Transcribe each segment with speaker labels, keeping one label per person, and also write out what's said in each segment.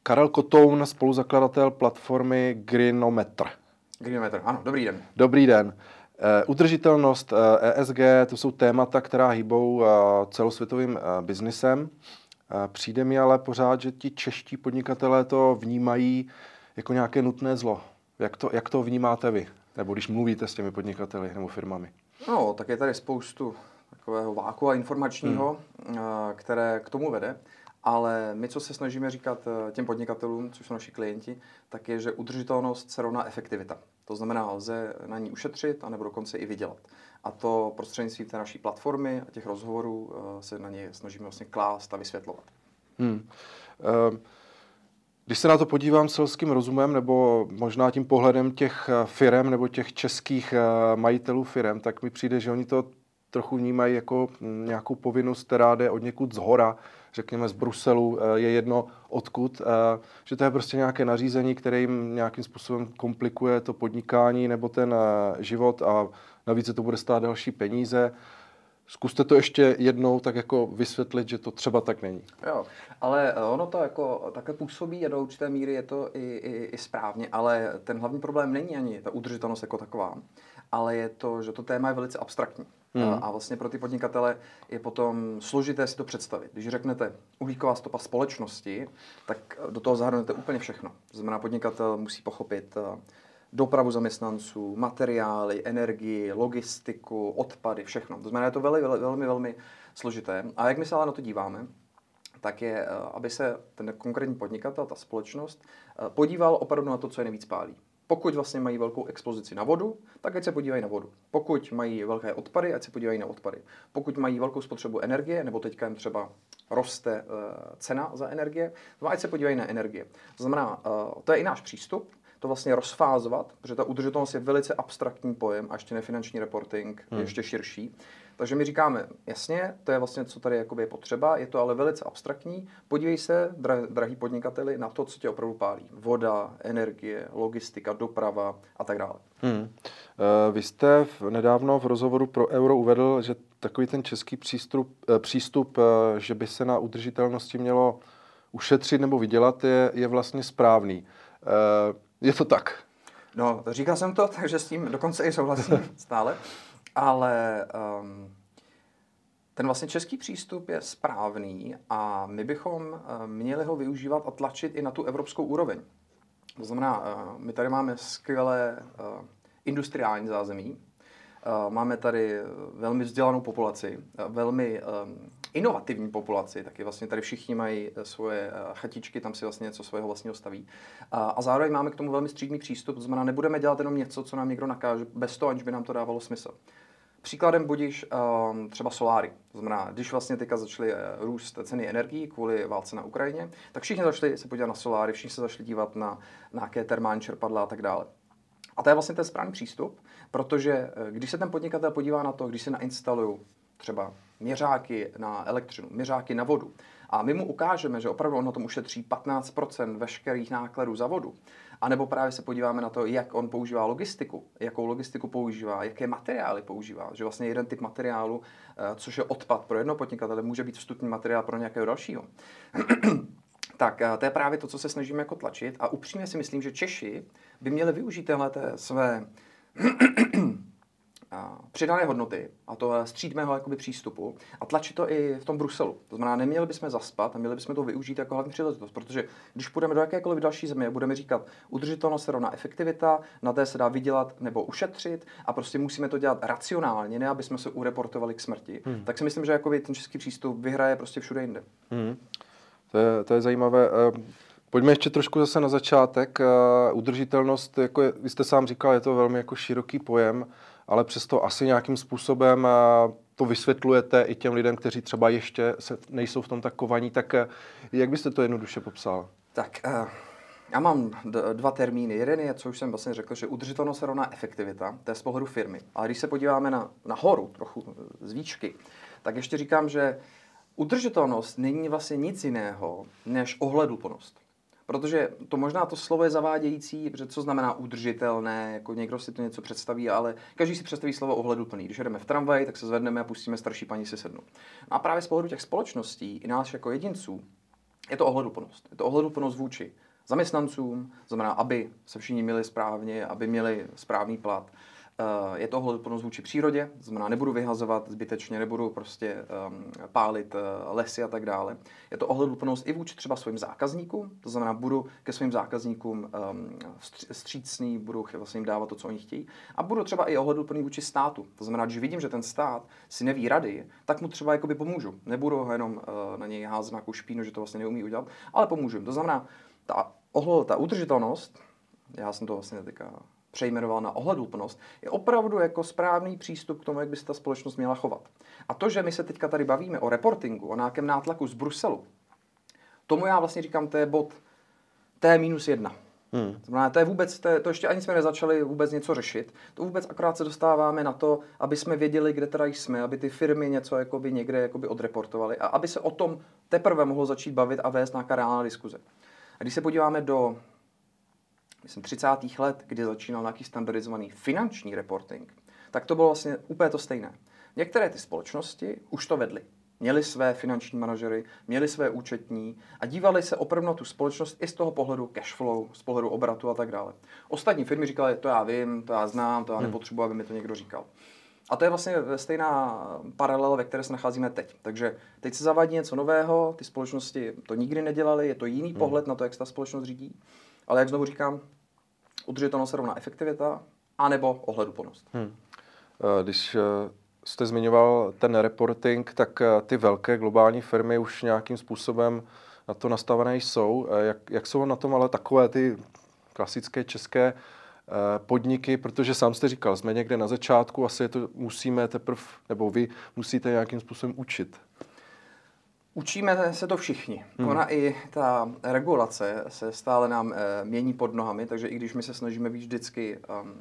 Speaker 1: Karel Kotoun, spoluzakladatel platformy Greenometr.
Speaker 2: Greenometr, ano, dobrý den.
Speaker 1: Dobrý den. Udržitelnost, ESG, to jsou témata, která hýbou celosvětovým biznisem. Přijde mi ale pořád, že ti čeští podnikatelé to vnímají jako nějaké nutné zlo. Jak to vnímáte vy? Nebo když mluvíte s těmi podnikateli nebo firmami?
Speaker 2: No, tak je tady spoustu takového vákua informačního, které k tomu vede. Ale my, co se snažíme říkat těm podnikatelům, což jsou naši klienti, tak je, že udržitelnost se rovná efektivita. To znamená, lze na ní ušetřit, anebo dokonce i vydělat. A to prostřednictvím té naší platformy a těch rozhovorů se na ně snažíme vlastně klást a vysvětlovat.
Speaker 1: Když se na to podívám selským rozumem, nebo možná tím pohledem těch firem nebo těch českých majitelů firem, tak mi přijde, že oni to trochu vnímají jako nějakou povinnost, která jde od někud zhora, řekněme z Bruselu, je jedno odkud, že to je prostě nějaké nařízení, které jim nějakým způsobem komplikuje to podnikání nebo ten život a navíc se to bude stát další peníze. Zkuste to ještě jednou tak jako vysvětlit, že to třeba tak není.
Speaker 2: Jo, ale ono to jako takhle působí a do určité míry je to i správně, ale ten hlavní problém není ani ta udržitelnost jako taková, ale je to, že to téma je velice abstraktní. A vlastně pro ty podnikatele je potom složité si to představit. Když řeknete uhlíková stopa společnosti, tak do toho zahrnete úplně všechno. To znamená, podnikatel musí pochopit dopravu zaměstnanců, materiály, energii, logistiku, odpady, všechno. To znamená, je to velmi složité. A jak my se ale na to díváme, tak je, aby se ten konkrétní podnikatel, ta společnost, podíval opravdu na to, co je nejvíc pálí. Pokud vlastně mají velkou expozici na vodu, tak ať se podívají na vodu. Pokud mají velké odpady, ať se podívají na odpady. Pokud mají velkou spotřebu energie, nebo teďka jim třeba roste cena za energie, ať se podívají na energie. To znamená, to je i náš přístup, to vlastně rozfázovat, protože ta udržitelnost je velice abstraktní pojem a ještě nefinanční reporting je ještě širší. Takže my říkáme, jasně, to je vlastně, co tady je potřeba, je to ale velice abstraktní. Podívej se, drahý podnikateli, na to, co tě opravdu pálí. Voda, energie, logistika, doprava a tak dále.
Speaker 1: Vy jste nedávno v rozhovoru pro Euro uvedl, že takový ten český přístup, že by se na udržitelnosti mělo ušetřit nebo vydělat, je vlastně správný. Je to tak?
Speaker 2: No, říkal jsem to, takže s tím dokonce i souhlasím stále, ale ten vlastně český přístup je správný a my bychom měli ho využívat a tlačit i na tu evropskou úroveň. To znamená, my tady máme skvělé industriální zázemí, máme tady velmi vzdělanou populaci, velmi inovativní populaci, taky vlastně tady všichni mají svoje chatičky, tam si vlastně něco svého vlastního staví. A zároveň máme k tomu velmi střídmý přístup, to znamená, nebudeme dělat jenom něco, co nám někdo nakáže, bez toho, aniž by nám to dávalo smysl. Příkladem budíš třeba soláry. To znamená, když vlastně teďka začaly růst ceny energií kvůli válce na Ukrajině, tak všichni začali se podívat na soláry, všichni se začali dívat na nějaké termální čerpadla a tak dále. A to je vlastně ten správný přístup, protože když se ten podnikatel podívá na to, když se nainstalují třeba měřáky na elektřinu, měřáky na vodu, a my mu ukážeme, že opravdu on na tom ušetří 15% veškerých nákladů za vodu, anebo právě se podíváme na to, jak on používá logistiku, jakou logistiku používá, jaké materiály používá, že vlastně jeden typ materiálu, což je odpad pro jednoho podnikatele, může být vstupní materiál pro nějakého dalšího. Tak to je právě to, co se snažíme jako tlačit a upřímně si myslím, že Češi by měli využít téhleté své přidané hodnoty a to střídmého jakoby přístupu a tlačit to i v tom Bruselu. To znamená, neměli bychom zaspat a měli bychom to využít jako hlavní příležitost, protože když půjdeme do jakékoliv další země, budeme říkat, udržitelnost se rovná efektivita, na té se dá vydělat nebo ušetřit a prostě musíme to dělat racionálně, ne aby jsme se ureportovali k smrti. Tak si myslím, že jakoby ten český přístup vyhraje prostě všude jinde.
Speaker 1: To je zajímavé. Pojďme ještě trošku zase na začátek. Udržitelnost, jako vy jste sám říkal, je to velmi jako široký pojem, ale přesto asi nějakým způsobem to vysvětlujete i těm lidem, kteří třeba ještě nejsou v tom tak kovaní. Tak jak byste to jednoduše popsal?
Speaker 2: Tak já mám dva termíny. Jeden je, co už jsem vlastně řekl, že udržitelnost se rovná efektivita, to je z pohledu firmy. Ale když se podíváme nahoru, trochu z výšky, tak ještě říkám, že udržitelnost není vlastně nic jiného než ohleduplnost. Protože to možná to slovo je zavádějící, protože co znamená udržitelné, jako někdo si to něco představí, ale každý si představí slovo ohleduplný. Když jedeme v tramvaji, tak se zvedneme a pustíme starší paní si sednout. No a právě z pohledu těch společností i nás jako jedinců je to ohleduplnost. Je to ohleduplnost vůči zaměstnancům, znamená, aby se všichni měli správně, aby měli správný plat. Je to ohleduplnost vůči přírodě, znamená, nebudu vyhazovat zbytečně, nebudu prostě pálit lesy a tak dále. Je to ohleduplnost i vůči třeba svým zákazníkům, to znamená, budu ke svým zákazníkům vstřícný, budu vlastně jim dávat to, co oni chtějí. A budu třeba i ohleduplný vůči státu. To znamená, když vidím, že ten stát si neví rady, tak mu třeba jakoby pomůžu. Nebudu ho jenom na něj házet nějakou špínu, že to vlastně neumí udělat, ale pomůžu jim. To znamená, ta udržitelnost, já jsem to vlastně teďka přejmenoval na ohleduplnost, je opravdu jako správný přístup k tomu, jak by se ta společnost měla chovat. A to, že my se teďka tady bavíme o reportingu, o nějakém nátlaku z Bruselu, tomu já vlastně říkám, to je bod T-1. Znamená, to je vůbec, to ještě ani jsme nezačali vůbec něco řešit. To vůbec akorát se dostáváme na to, aby jsme věděli, kde teda jsme, aby ty firmy něco jakoby někde jakoby odreportovaly a aby se o tom teprve mohlo začít bavit a vést nějaká reálná diskuze. A když se podíváme do myslím 30. let, kdy začínal nějaký standardizovaný finanční reporting, tak to bylo vlastně úplně to stejné. Některé ty společnosti už to vedly. Měli své finanční manažery, měli své účetní a dívali se opravdu na tu společnost i z toho pohledu cash flow, z pohledu obratu a tak dále. Ostatní firmy říkali, to já vím, to já znám, to já nepotřebuji, aby mi to někdo říkal. A to je vlastně stejná paralela, ve které se nacházíme teď. Takže teď se zavádí něco nového, ty společnosti to nikdy nedělaly, je to jiný pohled na to, jak se ta společnost řídí. Ale jak znovu říkám, udržitelnost se rovná efektivita, anebo ohleduplnost.
Speaker 1: Když jste zmiňoval ten reporting, tak ty velké globální firmy už nějakým způsobem na to nastavené jsou. Jak jsou na tom ale takové ty klasické české podniky, protože sám jste říkal, jsme někde na začátku, asi to musíme teprve, nebo vy musíte nějakým způsobem učit.
Speaker 2: Učíme se to všichni. Ona i ta regulace se stále nám mění pod nohami, takže i když my se snažíme být vždycky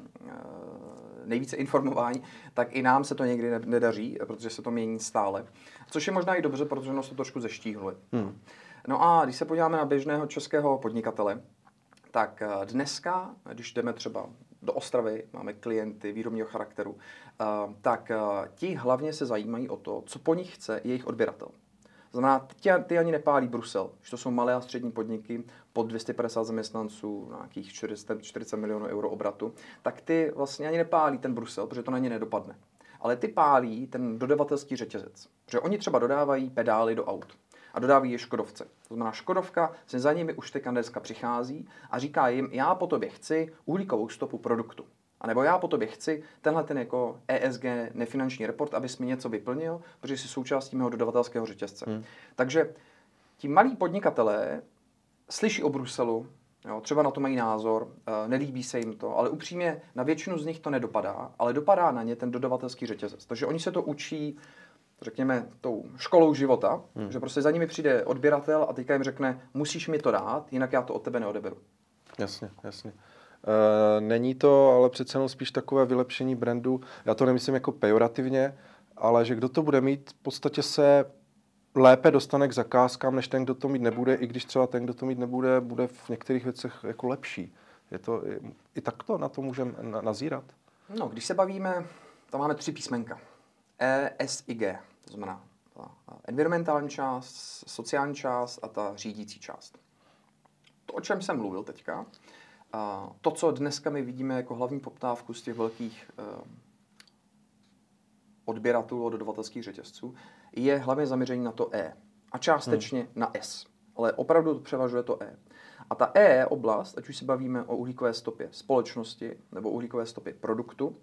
Speaker 2: nejvíce informování, tak i nám se to někdy nedaří, protože se to mění stále. Což je možná i dobře, protože nás to trošku zeštíhluje. No a když se podíváme na běžného českého podnikatele, tak dneska, když jdeme třeba do Ostravy, máme klienty výrobního charakteru, tak ti hlavně se zajímají o to, co po nich chce jejich odběratel. Znamená, ty ani nepálí Brusel, že to jsou malé a střední podniky pod 250 zaměstnanců, nějakých 40 milionů euro obratu, tak ty vlastně ani nepálí ten Brusel, protože to na ně nedopadne. Ale ty pálí ten dodavatelský řetězec, protože oni třeba dodávají pedály do aut a dodávají je Škodovce. To znamená, Škodovka se za nimi už teďka dneska přichází a říká jim, já po tobě chci uhlíkovou stopu produktu. A nebo já po tobě chci tenhle ten jako ESG nefinanční report, abys mi něco vyplnil, protože jsi součástí mého dodavatelského řetězce. Takže ti malí podnikatelé slyší o Bruselu, jo, třeba na to mají názor, nelíbí se jim to, ale upřímně na většinu z nich to nedopadá, ale dopadá na ně ten dodavatelský řetězec. Takže oni se to učí, řekněme, tou školou života, že prostě za nimi přijde odběratel a teďka jim řekne, musíš mi to dát, jinak já to od tebe neodeberu.
Speaker 1: Jasně. Není to ale přece jenom spíš takové vylepšení brandu, já to nemyslím jako pejorativně, ale že kdo to bude mít, v podstatě se lépe dostane k zakázkám, než ten, kdo to mít nebude, i když třeba ten, kdo to mít nebude, bude v některých věcech jako lepší. Je to i takto na to můžeme nazírat?
Speaker 2: No, když se bavíme, tam máme 3 písmenka. E, S i G. To znamená ta environmentální část, sociální část a ta řídící část. To, o čem jsem mluvil teďka, to, co dneska my vidíme jako hlavní poptávku z těch velkých odběratelů od dodavatelských řetězců, je hlavně zaměření na to E a částečně na S. Ale opravdu převažuje to E. A ta E oblast, ať už se bavíme o uhlíkové stopě společnosti nebo uhlíkové stopě produktu,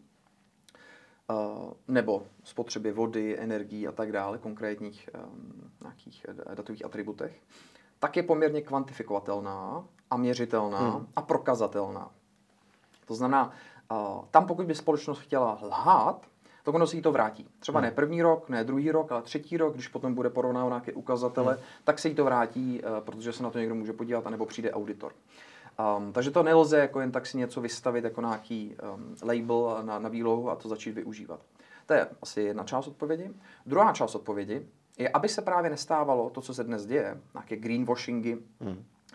Speaker 2: nebo spotřebě vody, energií a tak dále, konkrétních nějakých datových atributech, tak je poměrně kvantifikovatelná a měřitelná a prokazatelná. To znamená, tam pokud by společnost chtěla lhát, tak ono si jí to vrátí. Třeba ne první rok, ne druhý rok, ale třetí rok, když potom bude porovnávat nějaké ukazatele, tak se jí to vrátí, protože se na to někdo může podívat, anebo přijde auditor. Takže to nelze jako jen tak si něco vystavit jako nějaký label na výlohu a to začít využívat. To je asi jedna část odpovědi. Druhá část odpovědi je, aby se právě nestávalo to, co se dnes děje, nějaké greenwashingy,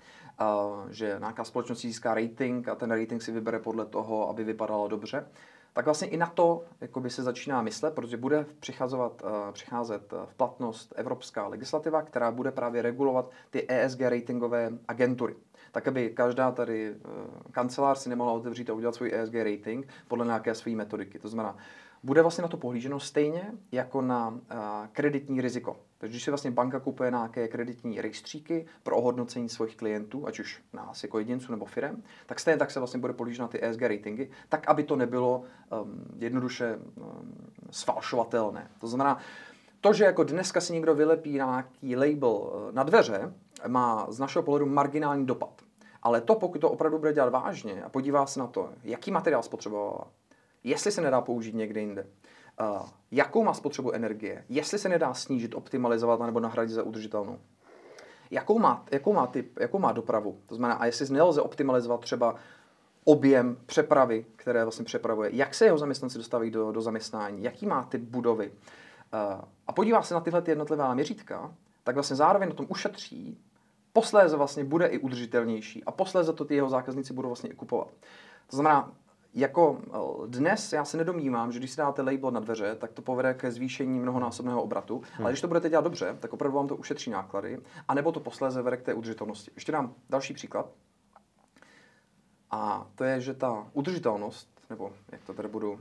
Speaker 2: že nějaká společnost získá rating a ten rating si vybere podle toho, aby vypadalo dobře, tak vlastně i na to jakoby se začíná myslet, protože bude přicházet v platnost evropská legislativa, která bude právě regulovat ty ESG ratingové agentury. Tak, aby každá tady kancelář si nemohla otevřít a udělat svůj ESG rating podle nějaké své metodiky. To znamená, bude vlastně na to pohlíženo stejně jako na kreditní riziko. Takže když si vlastně banka kupuje nějaké kreditní rejstříky pro ohodnocení svých klientů, ať už nás jako jedinců nebo firem, tak stejně tak se vlastně bude pohlížet na ty ESG ratingy, tak aby to nebylo jednoduše sfalšovatelné. To znamená, to, že jako dneska si někdo vylepí nějaký label na dveře, má z našeho pohledu marginální dopad. Ale to, pokud to opravdu bude dělat vážně a podívá se na to, jaký materiál spotřebovala, jestli se nedá použít někde jinde, jakou má spotřebu energie, jestli se nedá snížit, optimalizovat nebo nahradit za udržitelnou, jakou má dopravu, to znamená, a jestli nelze optimalizovat třeba objem přepravy, které vlastně přepravuje, jak se jeho zaměstnanci dostávají do zaměstnání, jaký má typ budovy, a podívá se na tyhle jednotlivá měřítka, tak vlastně zároveň na tom ušetří, posléze vlastně bude i udržitelnější a posléze to ty jeho zákazníci budou vlastně i kupovat. To znamená, jako dnes já se nedomnívám, že když si dáte label na dveře, tak to povede ke zvýšení mnohonásobného obratu, ale když to budete dělat dobře, tak opravdu vám to ušetří náklady, anebo to posléze vede k té udržitelnosti. Ještě dám další příklad. A to je, že ta udržitelnost, nebo jak to tady budu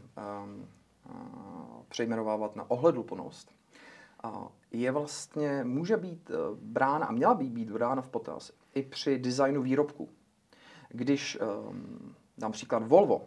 Speaker 2: přejmenovávat na ohleduplnost, je vlastně, může být brána a měla by být brána v potaz i při designu výrobků. Když dám příklad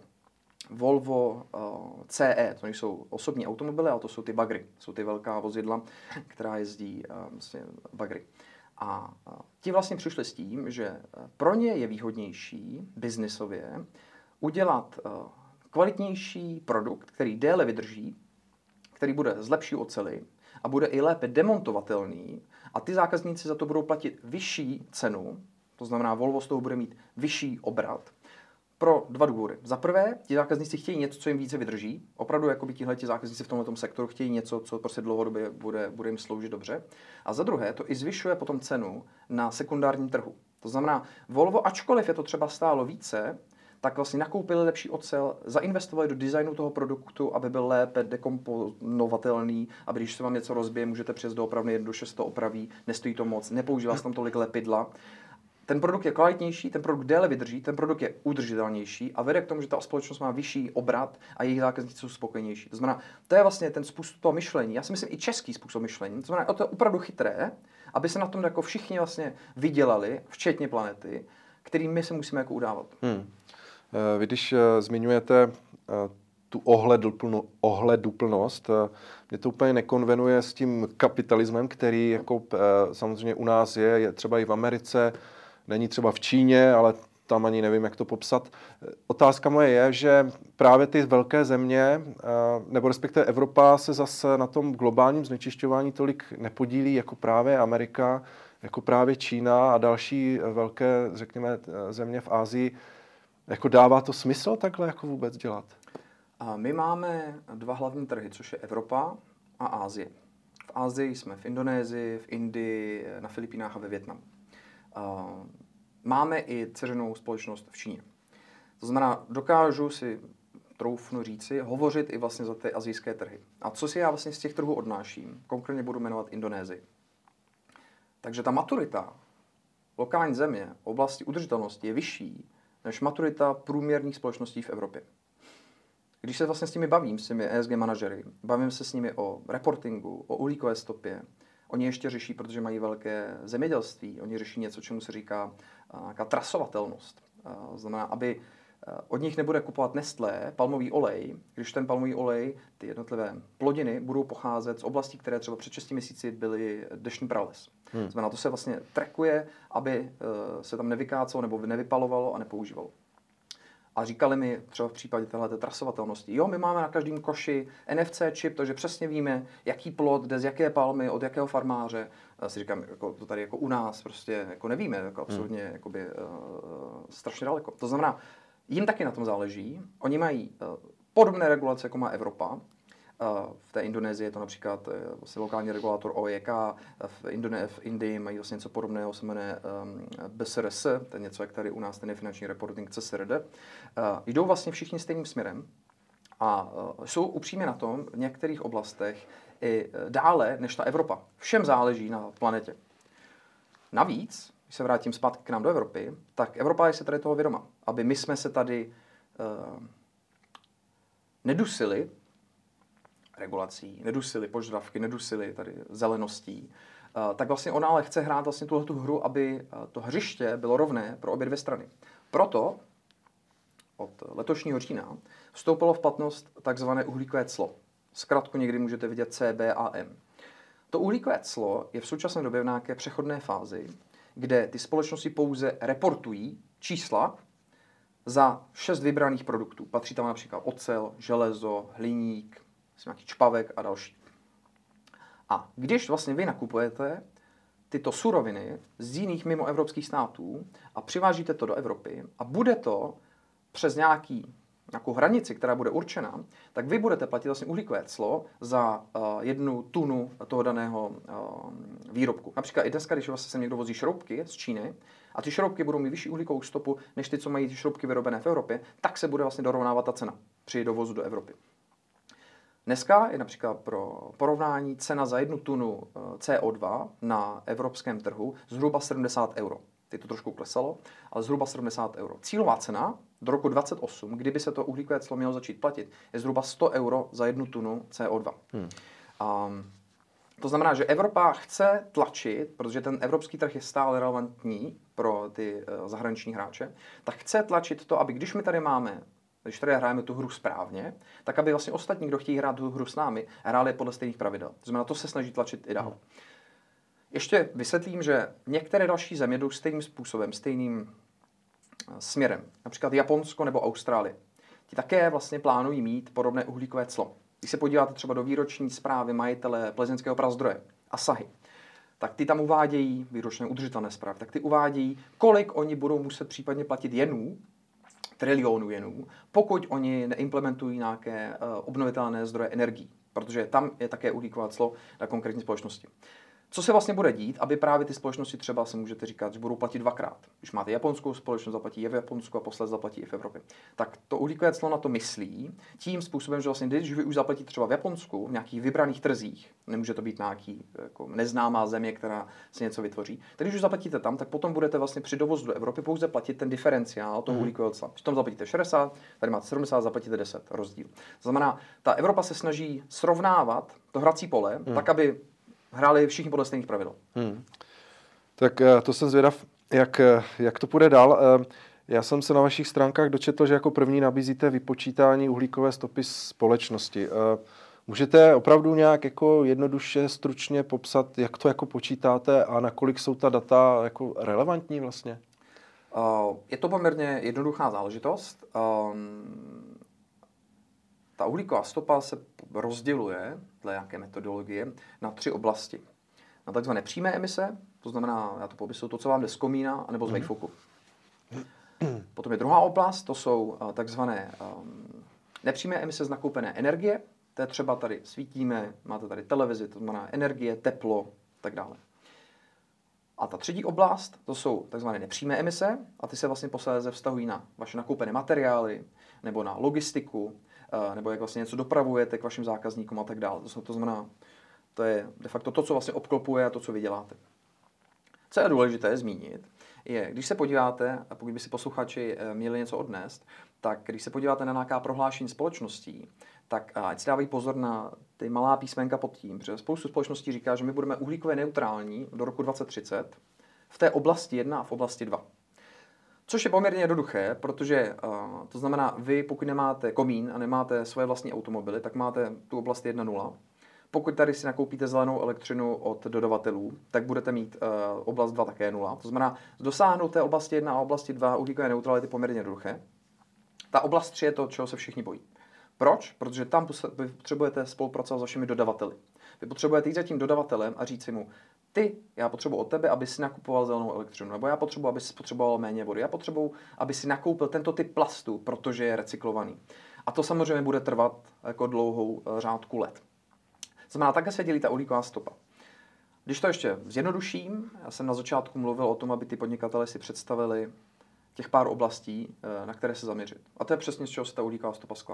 Speaker 2: Volvo CE, to nejsou osobní automobily, ale to jsou ty bagry, jsou ty velká vozidla, která jezdí vlastně bagry. A ti vlastně přišli s tím, že pro ně je výhodnější biznisově udělat kvalitnější produkt, který déle vydrží, který bude z lepší oceli a bude i lépe demontovatelný a ty zákazníci za to budou platit vyšší cenu, to znamená Volvo z toho bude mít vyšší obrat, pro dva důvody. Za prvé, ti zákazníci chtějí něco, co jim více vydrží. Opravdu jakoby tihleti zákazníci v tomto sektoru chtějí něco, co prostě dlouhodobě bude jim sloužit dobře. A za druhé, to i zvyšuje potom cenu na sekundárním trhu. To znamená, Volvo, ačkoliv je to třeba stálo více, tak vlastně nakoupili lepší ocel, zainvestovali do designu toho produktu, aby byl lépe dekomponovatelný, aby když se vám něco rozbije, můžete přes doopravdy jednoduše se to opraví, nestojí to moc, nepoužívá se tam tolik lepidla. Ten produkt je kvalitnější, ten produkt déle vydrží, ten produkt je udržitelnější a vede k tomu, že ta společnost má vyšší obrat a jejich zákazníci jsou spokojenější. To znamená, to je vlastně ten způsob toho myšlení. Já si myslím i český způsob myšlení. To znamená, to je opravdu chytré, aby se na tom jako všichni vlastně vydělali, včetně planety, kterým my se musíme jako udávat.
Speaker 1: Vy když zmiňujete tu ohleduplnost, mě to úplně nekonvenuje s tím kapitalismem, který jako samozřejmě u nás je třeba i v Americe, není třeba v Číně, ale tam ani nevím, jak to popsat. Otázka moje je, že právě ty velké země, nebo respektive Evropa se zase na tom globálním znečišťování tolik nepodílí jako právě Amerika, jako právě Čína a další velké, řekněme, země v Asii. Jako dává to smysl takhle jako vůbec dělat?
Speaker 2: A my máme dva hlavní trhy, což je Evropa a Asie. V Asii jsme v Indonésii, v Indii, na Filipínách a ve Vietnamu. Máme i dceřinou společnost v Číně. To znamená, dokážu si troufnu říci, hovořit i vlastně za ty asijské trhy. A co si já vlastně z těch trhů odnáším? Konkrétně budu jmenovat Indonésii. Takže ta maturita lokální země v oblasti udržitelnosti je vyšší než maturita průměrných společností v Evropě. Když se vlastně s nimi bavím, s těmi ESG manažery, bavím se s nimi o reportingu, o uhlíkové stopě, oni ještě řeší, protože mají velké zemědělství, oni řeší něco, čemu se říká trasovatelnost. Znamená, aby od nich nebude kupovat Nestlé palmový olej, když ten palmový olej, ty jednotlivé plodiny, budou pocházet z oblastí, které třeba před 6 měsíci byly deštný prales. Znamená, to se vlastně trackuje, aby se tam nevykácelo nebo nevypalovalo a nepoužívalo. A říkali mi třeba v případě téhleté trasovatelnosti, jo, my máme na každém koši NFC čip, takže přesně víme, jaký plod jde z jaké palmy, od jakého farmáře. Já si říkám, jako, to tady jako u nás prostě jako nevíme, jako absolutně jakoby, strašně daleko. To znamená, jim taky na tom záleží. Oni mají podobné regulace, jako má Evropa. V té Indonésii je to například vlastně lokální regulátor OJK, v Indii mají vlastně něco podobného, se jmenuje BSRS, to je něco, jak tady u nás ten je finanční reporting CSRD. Jdou vlastně všichni stejným směrem, A jsou upřímně na tom v některých oblastech i dále než ta Evropa. Všem záleží na planetě. Navíc, když se vrátím zpátky k nám do Evropy, tak Evropa je se tady toho vědoma. Aby my jsme se tady nedusili regulací, nedusili požadavky, nedusili tady zeleností, tak vlastně ona ale chce hrát vlastně tuhletu hru, aby to hřiště bylo rovné pro obě dvě strany. Proto od letošního října vstoupilo v platnost takzvané uhlíkové clo. Zkratku někdy můžete vidět CBAM. To uhlíkové clo je v současné době v nějaké přechodné fázi, kde ty společnosti pouze reportují čísla za 6 vybraných produktů. Patří tam například ocel, železo, hliník, nějaký čpavek a další. A když vlastně vy nakupujete tyto suroviny z jiných mimoevropských států a přivážíte to do Evropy a bude to přes nějakou hranici, která bude určena, tak vy budete platit vlastně uhlíkové clo za 1 tunu toho daného výrobku. Například i dneska, když vlastně sem někdo vozí šroubky z Číny a ty šroubky budou mít vyšší uhlíkovou stopu než ty, co mají ty šroubky vyrobené v Evropě, tak se bude vlastně dorovnávat ta cena při dovozu do Evropy. Dneska je například pro porovnání cena za 1 tunu CO2 na evropském trhu zhruba 70 euro. Teď to trošku klesalo, ale zhruba 70 euro. Cílová cena do roku 2028, kdyby se to uhlíkové clo mělo začít platit, je zhruba 100 euro za 1 tunu CO2. To znamená, že Evropa chce tlačit, protože ten evropský trh je stále relevantní pro ty zahraniční hráče, tak chce tlačit to, aby když my tady máme, když tady hrajeme tu hru správně, tak aby vlastně ostatní, kdo chtějí hrát tu hru s námi, hráli podle stejných pravidel. To znamená, to se snaží tlačit i dál. Ještě vysvětlím, že některé další země jdou stejným způsobem, stejným směrem. Například Japonsko nebo Austrálie. Ti také vlastně plánují mít podobné uhlíkové clo. Když se podíváte třeba do výroční zprávy majitele plzeňského prazdroje Asahi, tak ty tam uvádějí, výročné udržitelné zprávy, tak ty uvádějí, kolik oni budou muset případně platit jenů, trilionů jenů, pokud oni neimplementují nějaké obnovitelné zdroje energií, protože tam je také uhlíkové clo na konkrétní společnosti. Co se vlastně bude dít, aby právě ty společnosti třeba si můžete říkat, že budou platit dvakrát. Když máte japonskou společnost, zaplatí je v Japonsku a posledně zaplatí i v Evropě. Tak to uhlíkové clo na to myslí tím způsobem, že vlastně když vy už zaplatíte třeba v Japonsku v nějakých vybraných trzích, nemůže to být nějaký jako neznámá země, která si něco vytvoří, tak když už zaplatíte tam, tak potom budete vlastně při dovozu do Evropy pouze platit ten diferenciál toho uhlíkového cla. Když tam zaplatíte 60, tady máte 70, zaplatíte 10, rozdíl. To znamená, ta Evropa se snaží srovnávat to hrací pole, tak aby hráli všichni podle stejných pravidel.
Speaker 1: Tak to jsem zvědav, jak to půjde dál. Já jsem se na vašich stránkách dočetl, že jako první nabízíte vypočítání uhlíkové stopy společnosti. Můžete opravdu nějak jako jednoduše, stručně popsat, jak to jako počítáte a nakolik jsou ta data jako relevantní vlastně?
Speaker 2: Je to poměrně jednoduchá záležitost. Ta uhlíková stopa se rozděluje dle nějaké metodologie na 3 oblasti. Na takzvané přímé emise, to znamená, já to popisuju, to, co vám jde z komína anebo z vejfoku. Potom je druhá oblast, to jsou takzvané nepřímé emise z nakoupené energie. To je třeba tady svítíme, máte tady televizi, to znamená energie, teplo, tak dále. A ta třetí oblast, to jsou takzvané nepřímé emise a ty se vlastně posléze vztahují na vaše nakoupené materiály nebo na logistiku, nebo jak vlastně něco dopravujete k vašim zákazníkům a tak dále. To znamená, to je de facto to, co vlastně obklopuje a to, co vy děláte. Co je důležité zmínit, je, když se podíváte, a pokud by si posluchači měli něco odnést, tak když se podíváte na nějaká prohlášení společností, tak ať si dávají pozor na ty malá písmenka pod tím, protože spoustu společností říká, že my budeme uhlíkově neutrální do roku 2030 v té oblasti 1 a v oblasti 2. Což je poměrně jednoduché, protože to znamená, vy pokud nemáte komín a nemáte svoje vlastní automobily, tak máte tu oblast 1.0. Pokud tady si nakoupíte zelenou elektřinu od dodavatelů, tak budete mít oblast 2 také 0. To znamená, dosáhnout té oblasti 1 a oblasti 2 uhlíkové neutrality poměrně jednoduché. Ta oblast 3 je to, čeho se všichni bojí. Proč? Protože tam vy potřebujete spolupracovat s vašimi dodavateli. Vy potřebujete jít za tím dodavatelem a říct si mu, já potřebuji od tebe, aby si nakupoval zelenou elektřinu, nebo já potřebuji, aby si spotřeboval méně vody, já potřebuji, aby si nakoupil tento typ plastu, protože je recyklovaný. A to samozřejmě bude trvat jako dlouhou řádku let. Znamená, takhle se dělí ta uhlíková stopa. Když to ještě zjednoduším, já jsem na začátku mluvil o tom, aby ty podnikatelé si představili těch pár oblastí, na které se zaměřit. A to je přesně, z čeho se ta uhlíková stopa skládá.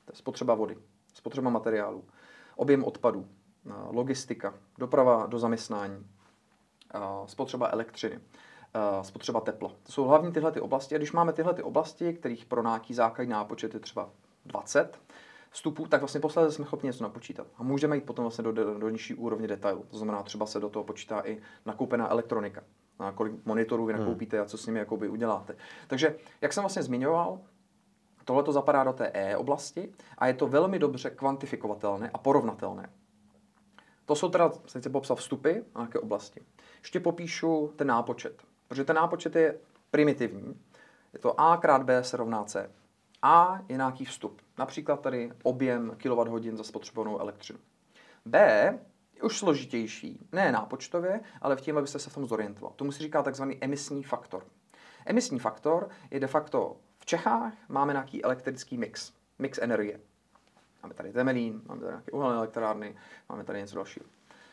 Speaker 2: To je spotřeba vody, spotřeba materiálů, objem odpadů, logistika, doprava do zaměstnání, spotřeba elektřiny, spotřeba tepla. To jsou hlavní tyhle ty oblasti. A když máme tyhle ty oblasti, kterých pro nějaký základní nápočet je třeba 20 vstupů, tak vlastně posledně jsme schopni něco napočítat. A můžeme jít potom vlastně do nižší úrovně detailu. To znamená, třeba se do toho počítá i nakoupená elektronika. A kolik monitorů vy nakoupíte a co s nimi jakoby uděláte. Takže, jak jsem vlastně zmiňoval, tohle to zapadá do té oblasti a je to velmi dobře kvantifikovatelné a porovnatelné. To jsou teda, chci popsat vstupy a nějaké oblasti. Ještě popíšu ten nápočet, protože ten nápočet je primitivní. Je to A krát B se rovná C. A je nějaký vstup, například tady objem kWh za spotřebovanou elektřinu. B je už složitější, ne nápočtově, ale v tím, abyste se v tom zorientoval. Tomu se říká takzvaný emisní faktor. Emisní faktor je de facto v Čechách máme nějaký elektrický mix energie. Máme tady Temelín, máme tady nějaké uhelné elektrárny, máme tady něco dalšího.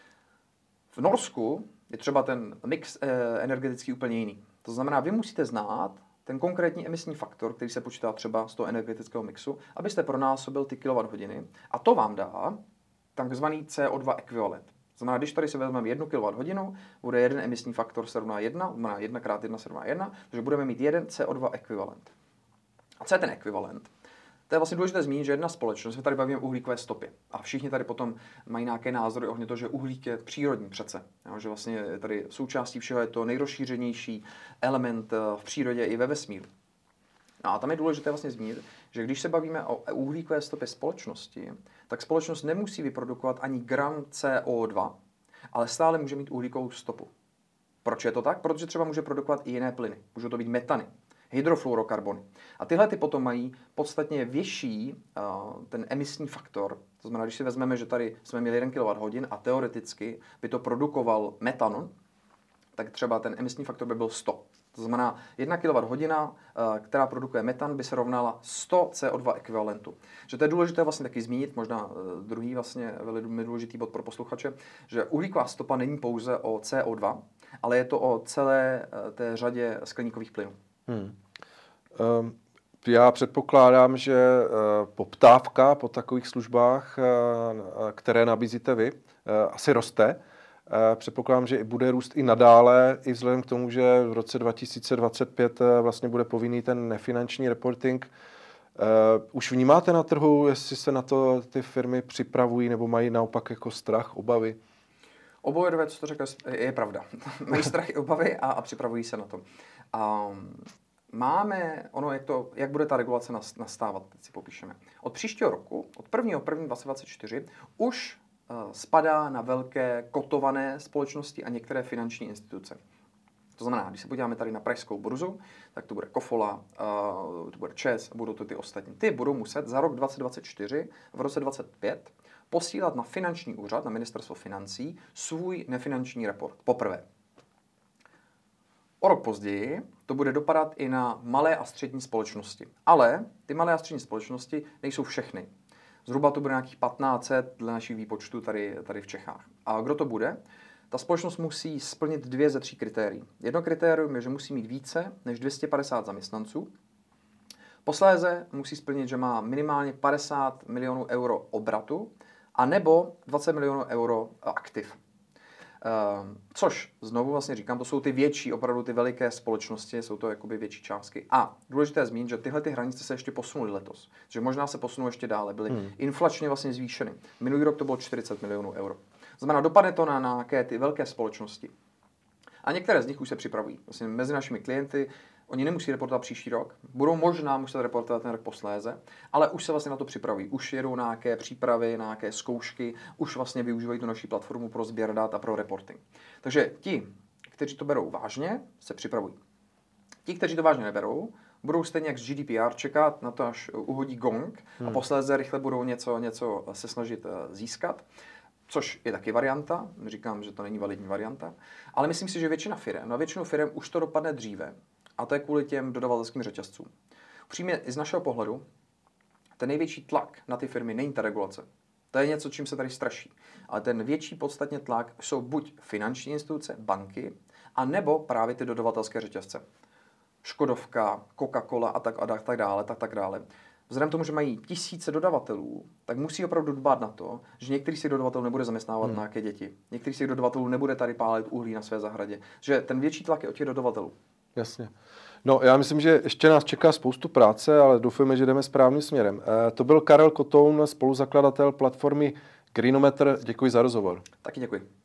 Speaker 2: V Norsku je třeba ten mix energetický úplně jiný. To znamená, vy musíte znát ten konkrétní emisní faktor, který se počítá třeba z toho energetického mixu, abyste pronásobil ty kWh a to vám dá takzvaný CO2 ekvivalent. To znamená, když tady si vezmeme 1 kWh, bude jeden emisní faktor se rovná 1, znamená 1 krát 1 se rovná 1, takže budeme mít jeden CO2 ekvivalent. A co je ten ekvivalent? To je vlastně důležité zmínit, že jedna společnost, my tady bavíme o uhlíkové stopě. A všichni tady potom mají nějaké názory ohledně toho, že uhlík je přírodní přece. Jo, že vlastně tady součástí všeho je to nejrozšířenější element v přírodě i ve vesmíru. No a tam je důležité vlastně zmínit, že když se bavíme o uhlíkové stopě společnosti, tak společnost nemusí vyprodukovat ani gram CO2, ale stále může mít uhlíkovou stopu. Proč je to tak? Protože třeba může produkovat i jiné plyny. Můžou to být metany, hydrofluorokarbony. A tyhle ty potom mají podstatně vyšší ten emisní faktor. To znamená, když si vezmeme, že tady jsme měli 1 kWh a teoreticky by to produkoval metan, tak třeba ten emisní faktor by byl 100. To znamená, 1 kWh, která produkuje metan, by se rovnala 100 CO2 ekvivalentu. Že to je důležité vlastně taky zmínit, možná druhý vlastně velmi důležitý bod pro posluchače, že uhlíková stopa není pouze o CO2, ale je to o celé té řadě skleníkových plynů.
Speaker 1: Já předpokládám, že poptávka po takových službách, které nabízíte vy, asi roste. Předpokládám, že bude růst i nadále, i vzhledem k tomu, že v roce 2025 vlastně bude povinný ten nefinanční reporting. Už vnímáte na trhu, jestli se na to ty firmy připravují nebo mají naopak jako strach, obavy?
Speaker 2: Oboje dvě, co to řekl, je pravda. Mají strach i obavy a připravují se na to. Máme, jak bude ta regulace nastávat, teď si popíšeme. Od příštího roku, od 1.1.2024, už spadá na velké kotované společnosti a některé finanční instituce. To znamená, když se podíváme tady na pražskou burzu, tak to bude Kofola, to bude ČEZ a budou to ty ostatní. Ty budou muset za rok 2024, v roce 2025 posílat na finanční úřad, na ministerstvo financí, svůj nefinanční report. Poprvé. O rok později to bude dopadat i na malé a střední společnosti. Ale ty malé a střední společnosti nejsou všechny. Zhruba to bude nějakých 1500 dle našich výpočtů tady v Čechách. A kdo to bude? Ta společnost musí splnit 2 ze 3 kritérií. Jedno kritérium je, že musí mít více než 250 zaměstnanců. Posléze musí splnit, že má minimálně 50 milionů euro obratu a nebo 20 milionů euro aktiv. Což znovu vlastně říkám, to jsou ty větší, opravdu ty veliké společnosti, jsou to jakoby větší částky. A důležité je zmínit, že tyhle ty hranice se ještě posunuly letos. Že možná se posunou ještě dále, byly inflačně vlastně zvýšeny. Minulý rok to bylo 40 milionů euro. Znamená, dopadne to na nějaké ty velké společnosti. A některé z nich už se připravují. Vlastně mezi našimi klienty, oni nemusí reportovat příští rok, budou možná muset reportovat ten rok posléze, ale už se vlastně na to připravují. Už jedou nějaké přípravy, nějaké zkoušky, už vlastně využívají tu naší platformu pro sběr dat a pro reporting. Takže ti, kteří to berou vážně, se připravují. Ti, kteří to vážně neberou, budou stejně jak z GDPR čekat na to, až uhodí gong a posléze rychle budou něco se snažit získat. Což je taky varianta, říkám, že to není validní varianta, ale myslím si, že většinu firem už to dopadne dříve a to je kvůli těm dodavatelským řetězcům. Upřímně i z našeho pohledu, ten největší tlak na ty firmy není ta regulace. To je něco, čím se tady straší. Ale ten větší podstatně tlak jsou buď finanční instituce, banky, a nebo právě ty dodavatelské řetězce. Škodovka, Coca-Cola a tak dále. vzhledem tomu, že mají tisíce dodavatelů, tak musí opravdu dbát na to, že některý z těch dodavatelů nebude zaměstnávat nějaké děti. Některý z těch dodavatelů nebude tady pálit uhlí na své zahradě. Že ten větší tlak je od těch dodavatelů.
Speaker 1: Jasně. No, já myslím, že ještě nás čeká spoustu práce, ale doufujeme, že jdeme správným směrem. To byl Karel Kotoun, spoluzakladatel platformy Greenometer. Děkuji za rozhovor.
Speaker 2: Taky děkuji.